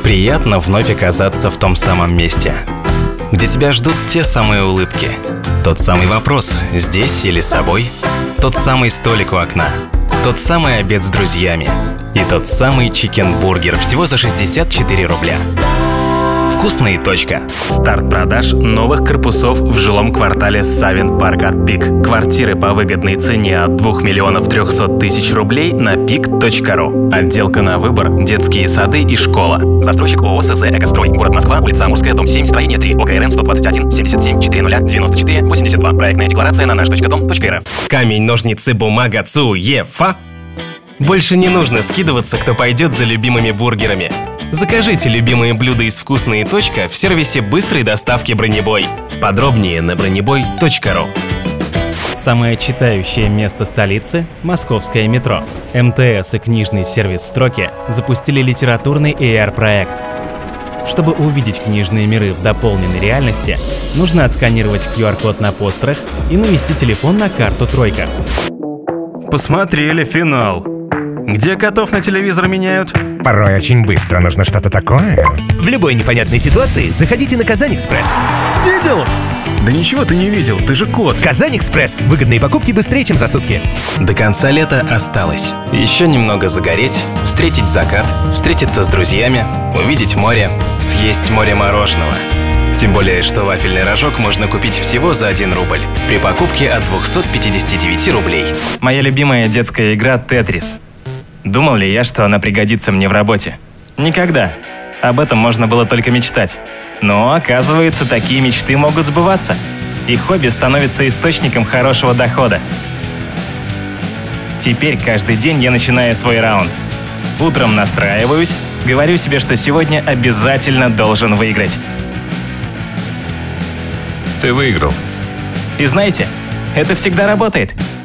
Приятно вновь оказаться в том самом месте, где тебя ждут те самые улыбки. Тот самый вопрос – здесь или с собой? Тот самый столик у окна. Тот самый обед с друзьями. И тот самый чикен-бургер всего за 64 рубля. Вкусная точка. Старт продаж новых корпусов в жилом квартале Савин Парк от Пик. Квартиры по выгодной цене от 2 300 000 рублей на pik.ru. Отделка на выбор, детские сады и школа. Застройщик ООО СЗ «Экострой». Город Москва, улица Амурская, дом 7, строение 3. ОКРН 121 77 40 94 82. Проектная декларация на наш.дом.рф. Камень, ножницы, бумага, ЦУЕФА. Больше не нужно скидываться, кто пойдет за любимыми бургерами. Закажите любимые блюда из «Вкусная точка» в сервисе быстрой доставки «Бронебой». Подробнее на бронебой.ру. Самое читающее место столицы – московское метро. МТС и книжный сервис «Строки» запустили литературный AR-проект. Чтобы увидеть книжные миры в дополненной реальности, нужно отсканировать QR-код на постерах и навести телефон на карту «Тройка». Посмотрели финал. Где котов на телевизор меняют? Порой очень быстро нужно что-то такое. В любой непонятной ситуации заходите на Казань-Экспресс. Видел? Да ничего ты не видел, ты же кот. Казань-Экспресс. Выгодные покупки быстрее, чем за сутки. До конца лета осталось. Еще немного загореть, встретить закат, встретиться с друзьями, увидеть море, съесть море мороженого. Тем более, что вафельный рожок можно купить всего за 1 рубль при покупке от 259 рублей. Моя любимая детская игра «Тетрис». Думал ли я, что она пригодится мне в работе? Никогда. Об этом можно было только мечтать. Но, оказывается, такие мечты могут сбываться. И хобби становится источником хорошего дохода. Теперь каждый день я начинаю свой раунд. Утром настраиваюсь, говорю себе, что сегодня обязательно должен выиграть. Ты выиграл. И знаете, это всегда работает.